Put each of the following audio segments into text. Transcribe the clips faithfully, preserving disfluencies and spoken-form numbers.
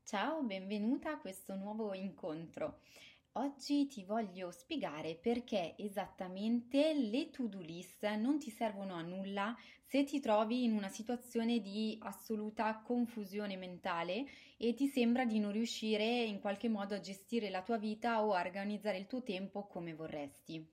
Ciao, benvenuta a questo nuovo incontro. Oggi ti voglio spiegare perché esattamente le to-do list non ti servono a nulla se ti trovi in una situazione di assoluta confusione mentale e ti sembra di non riuscire in qualche modo a gestire la tua vita o a organizzare il tuo tempo come vorresti.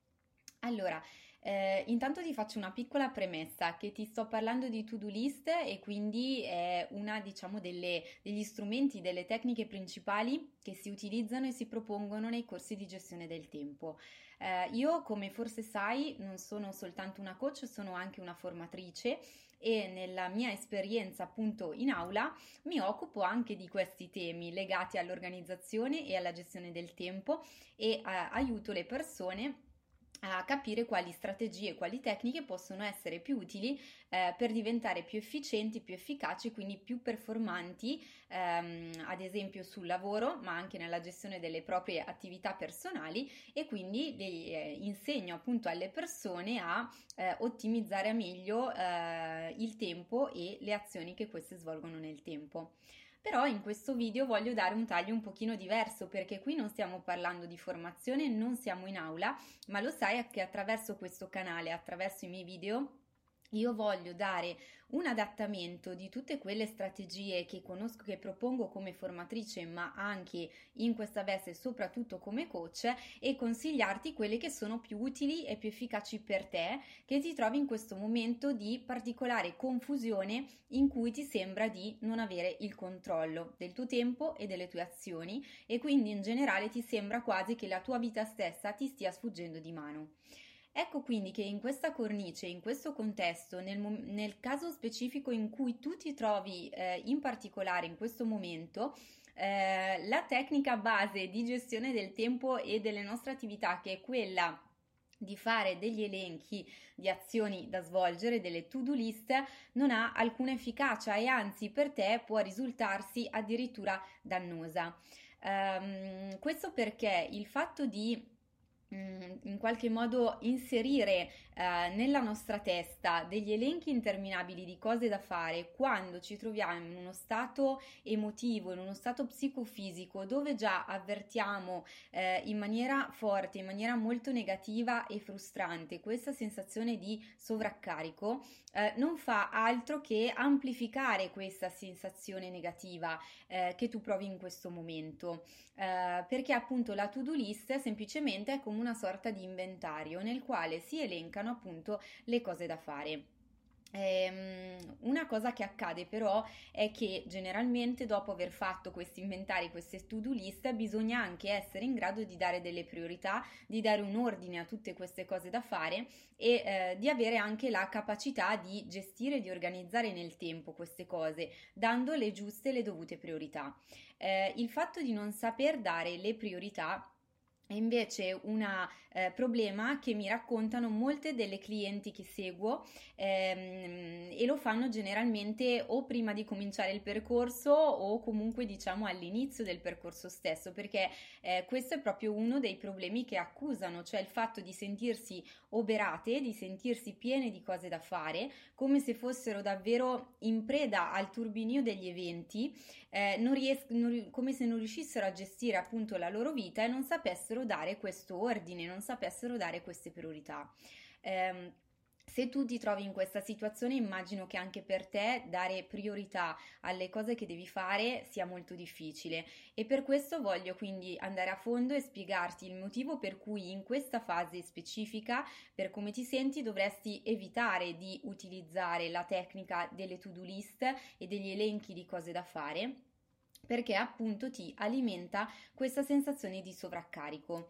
Allora, eh, intanto ti faccio una piccola premessa che ti sto parlando di to-do list e quindi è una, diciamo, delle- degli strumenti, delle tecniche principali che si utilizzano e si propongono nei corsi di gestione del tempo. Eh, io, come forse sai, non sono soltanto una coach, sono anche una formatrice e nella mia esperienza appunto in aula mi occupo anche di questi temi legati all'organizzazione e alla gestione del tempo e eh, aiuto le persone a capire quali strategie e quali tecniche possono essere più utili eh, per diventare più efficienti, più efficaci, quindi più performanti, ehm, ad esempio sul lavoro, ma anche nella gestione delle proprie attività personali e quindi le, eh, insegno appunto alle persone a eh, ottimizzare a meglio eh, il tempo e le azioni che queste svolgono nel tempo. Però in questo video voglio dare un taglio un pochino diverso perché qui non stiamo parlando di formazione, non siamo in aula, ma lo sai che attraverso questo canale, attraverso i miei video, io voglio dare un adattamento di tutte quelle strategie che conosco, che propongo come formatrice, ma anche in questa veste, soprattutto come coach, e consigliarti quelle che sono più utili e più efficaci per te, che ti trovi in questo momento di particolare confusione in cui ti sembra di non avere il controllo del tuo tempo e delle tue azioni e quindi in generale ti sembra quasi che la tua vita stessa ti stia sfuggendo di mano. Ecco quindi che in questa cornice, in questo contesto, nel, nel caso specifico in cui tu ti trovi eh, in particolare in questo momento, eh, la tecnica base di gestione del tempo e delle nostre attività, che è quella di fare degli elenchi di azioni da svolgere, delle to-do list, non ha alcuna efficacia e anzi per te può risultarsi addirittura dannosa. Um, questo perché il fatto di in qualche modo inserire eh, nella nostra testa degli elenchi interminabili di cose da fare quando ci troviamo in uno stato emotivo, in uno stato psicofisico dove già avvertiamo eh, in maniera forte, in maniera molto negativa e frustrante questa sensazione di sovraccarico, eh, non fa altro che amplificare questa sensazione negativa eh, che tu provi in questo momento, eh, perché appunto la to-do list semplicemente è come una sorta di inventario nel quale si elencano appunto le cose da fare. Ehm, una cosa che accade però è che generalmente dopo aver fatto questi inventari, queste to-do list, bisogna anche essere in grado di dare delle priorità, di dare un ordine a tutte queste cose da fare e eh, di avere anche la capacità di gestire e di organizzare nel tempo queste cose, dando le giuste e le dovute priorità. Eh, il fatto di non saper dare le priorità è invece un eh, problema che mi raccontano molte delle clienti che seguo ehm, e lo fanno generalmente o prima di cominciare il percorso o comunque diciamo all'inizio del percorso stesso, perché eh, questo è proprio uno dei problemi che accusano, cioè il fatto di sentirsi oberate, di sentirsi piene di cose da fare, come se fossero davvero in preda al turbinio degli eventi, eh, non ries- non, come se non riuscissero a gestire appunto la loro vita e non sapessero dare questo ordine, non sapessero dare queste priorità. Eh, se tu ti trovi in questa situazione, immagino che anche per te dare priorità alle cose che devi fare sia molto difficile e per questo voglio quindi andare a fondo e spiegarti il motivo per cui in questa fase specifica, per come ti senti, dovresti evitare di utilizzare la tecnica delle to-do list e degli elenchi di cose da fare, perché appunto ti alimenta questa sensazione di sovraccarico.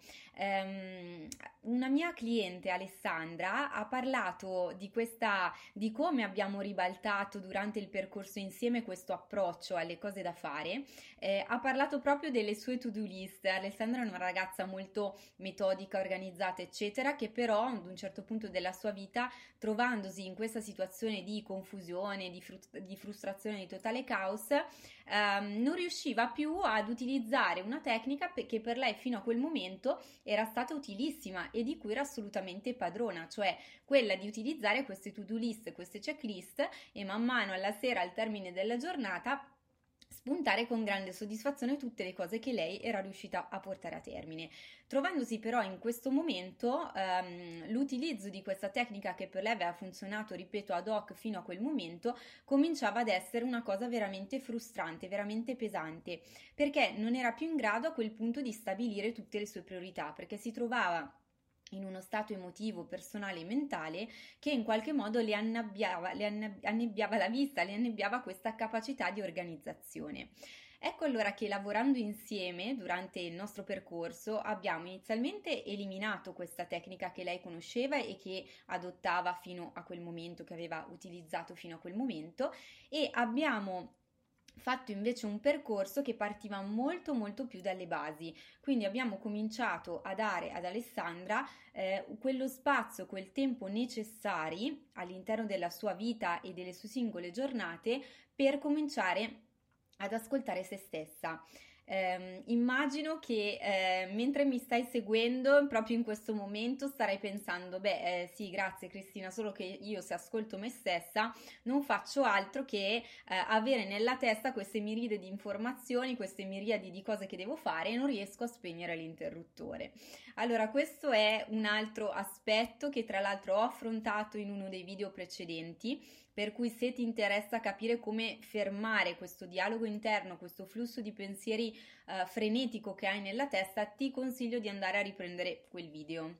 Um, una mia cliente Alessandra ha parlato di questa, di come abbiamo ribaltato durante il percorso insieme questo approccio alle cose da fare, eh, ha parlato proprio delle sue to-do list. Alessandra è una ragazza molto metodica, organizzata, eccetera, che però ad un certo punto della sua vita, trovandosi in questa situazione di confusione, di, fru- di frustrazione, di totale caos, ehm, non riusciva più ad utilizzare una tecnica che per lei fino a quel momento era stata utilissima e di cui era assolutamente padrona, cioè quella di utilizzare queste to-do list, queste checklist e man mano alla sera al termine della giornata spuntare con grande soddisfazione tutte le cose che lei era riuscita a portare a termine. Trovandosi però in questo momento ehm, l'utilizzo di questa tecnica, che per lei aveva funzionato, ripeto, ad hoc fino a quel momento, cominciava ad essere una cosa veramente frustrante, veramente pesante, perché non era più in grado a quel punto di stabilire tutte le sue priorità, perché si trovava in uno stato emotivo, personale e mentale che in qualche modo le annebbiava, le anneb- annebbiava la vista, le annebbiava questa capacità di organizzazione. Ecco allora che lavorando insieme durante il nostro percorso abbiamo inizialmente eliminato questa tecnica che lei conosceva e che adottava fino a quel momento, che aveva utilizzato fino a quel momento, e abbiamo fatto invece un percorso che partiva molto molto più dalle basi. Quindi abbiamo cominciato a dare ad Alessandra eh, quello spazio, quel tempo necessari all'interno della sua vita e delle sue singole giornate per cominciare ad ascoltare se stessa. Eh, immagino che eh, mentre mi stai seguendo proprio in questo momento starai pensando: beh, eh, sì, grazie Cristina, solo che io, se ascolto me stessa, non faccio altro che eh, avere nella testa queste miriadi di informazioni, queste miriadi di cose che devo fare, e non riesco a spegnere l'interruttore. Allora, questo è un altro aspetto che tra l'altro ho affrontato in uno dei video precedenti, per cui se ti interessa capire come fermare questo dialogo interno, questo flusso di pensieri eh, frenetico che hai nella testa, ti consiglio di andare a riprendere quel video.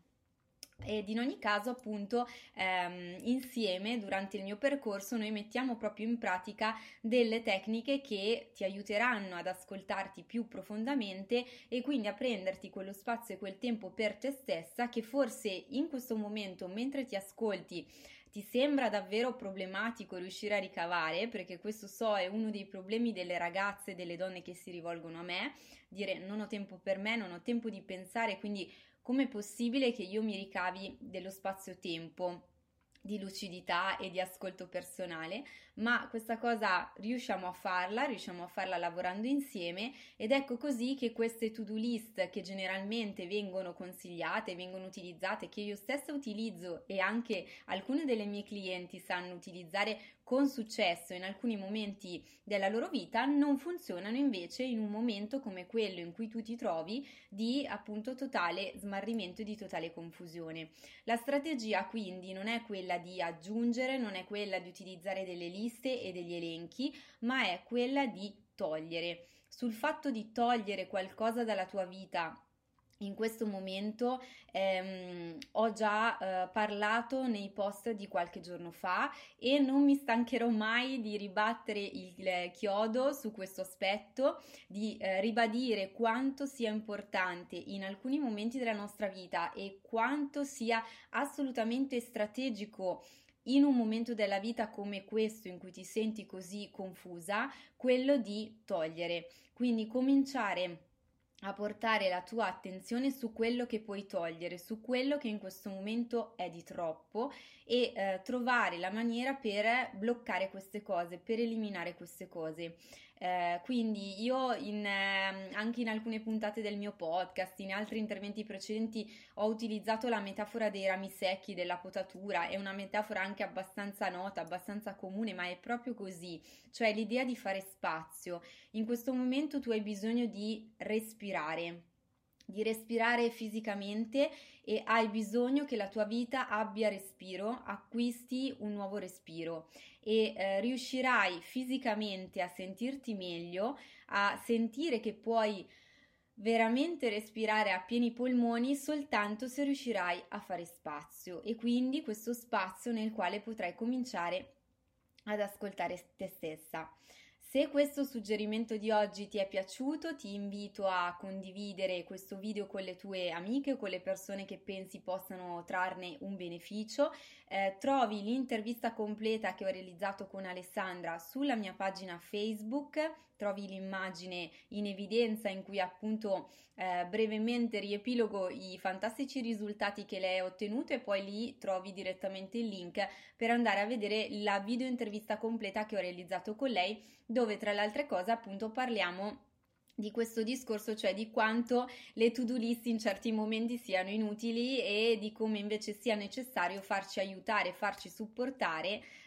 Ed in ogni caso, appunto, ehm, insieme durante il mio percorso noi mettiamo proprio in pratica delle tecniche che ti aiuteranno ad ascoltarti più profondamente e quindi a prenderti quello spazio e quel tempo per te stessa, che forse in questo momento, mentre ti ascolti, ti sembra davvero problematico riuscire a ricavare, perché questo so è uno dei problemi delle ragazze e delle donne che si rivolgono a me, dire: non ho tempo per me, non ho tempo di pensare, quindi com'è possibile che io mi ricavi dello spazio-tempo di lucidità e di ascolto personale? Ma questa cosa riusciamo a farla, riusciamo a farla lavorando insieme, ed ecco così che queste to-do list, che generalmente vengono consigliate, vengono utilizzate, che io stessa utilizzo e anche alcune delle mie clienti sanno utilizzare con successo in alcuni momenti della loro vita, non funzionano invece in un momento come quello in cui tu ti trovi, di appunto totale smarrimento e di totale confusione. La strategia quindi non è quella di aggiungere, non è quella di utilizzare delle liste e degli elenchi, ma è quella di togliere. Sul fatto di togliere qualcosa dalla tua vita in questo momento ehm, ho già eh, parlato nei post di qualche giorno fa, e non mi stancherò mai di ribattere il chiodo su questo aspetto, di eh, ribadire quanto sia importante in alcuni momenti della nostra vita e quanto sia assolutamente strategico in un momento della vita come questo, in cui ti senti così confusa, quello di togliere. Quindi cominciare a portare la tua attenzione su quello che puoi togliere, su quello che in questo momento è di troppo, e eh, trovare la maniera per bloccare queste cose, per eliminare queste cose. Eh, quindi io in, eh, anche in alcune puntate del mio podcast, in altri interventi precedenti, ho utilizzato la metafora dei rami secchi, della potatura. È una metafora anche abbastanza nota, abbastanza comune, ma è proprio così, cioè l'idea di fare spazio. In questo momento tu hai bisogno di respirare, di respirare fisicamente, e hai bisogno che la tua vita abbia respiro, acquisti un nuovo respiro, e eh, riuscirai fisicamente a sentirti meglio, a sentire che puoi veramente respirare a pieni polmoni soltanto se riuscirai a fare spazio, e quindi questo spazio nel quale potrai cominciare ad ascoltare te stessa. Se questo suggerimento di oggi ti è piaciuto, ti invito a condividere questo video con le tue amiche o con le persone che pensi possano trarne un beneficio. Eh, trovi l'intervista completa che ho realizzato con Alessandra sulla mia pagina Facebook, trovi l'immagine in evidenza in cui appunto eh, brevemente riepilogo i fantastici risultati che lei ha ottenuto, e poi lì trovi direttamente il link per andare a vedere la video intervista completa che ho realizzato con lei, dove tra le altre cose appunto parliamo di questo discorso, cioè di quanto le to-do list in certi momenti siano inutili, e di come invece sia necessario farci aiutare, farci supportare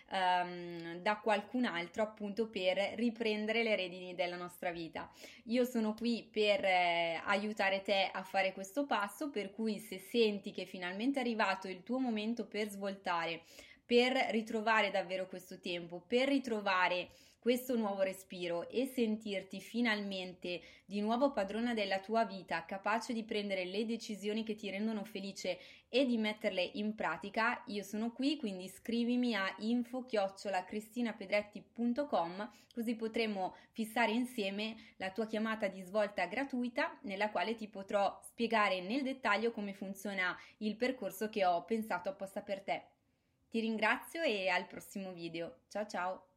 ehm, da qualcun altro, appunto per riprendere le redini della nostra vita. Io sono qui per eh, aiutare te a fare questo passo, per cui se senti che finalmente è arrivato il tuo momento per svoltare, per ritrovare davvero questo tempo, per ritrovare questo nuovo respiro e sentirti finalmente di nuovo padrona della tua vita, capace di prendere le decisioni che ti rendono felice e di metterle in pratica, io sono qui, quindi scrivimi a info chiocciola cristinapedretti punto com, così potremo fissare insieme la tua chiamata di svolta gratuita, nella quale ti potrò spiegare nel dettaglio come funziona il percorso che ho pensato apposta per te. Ti ringrazio e al prossimo video. Ciao ciao!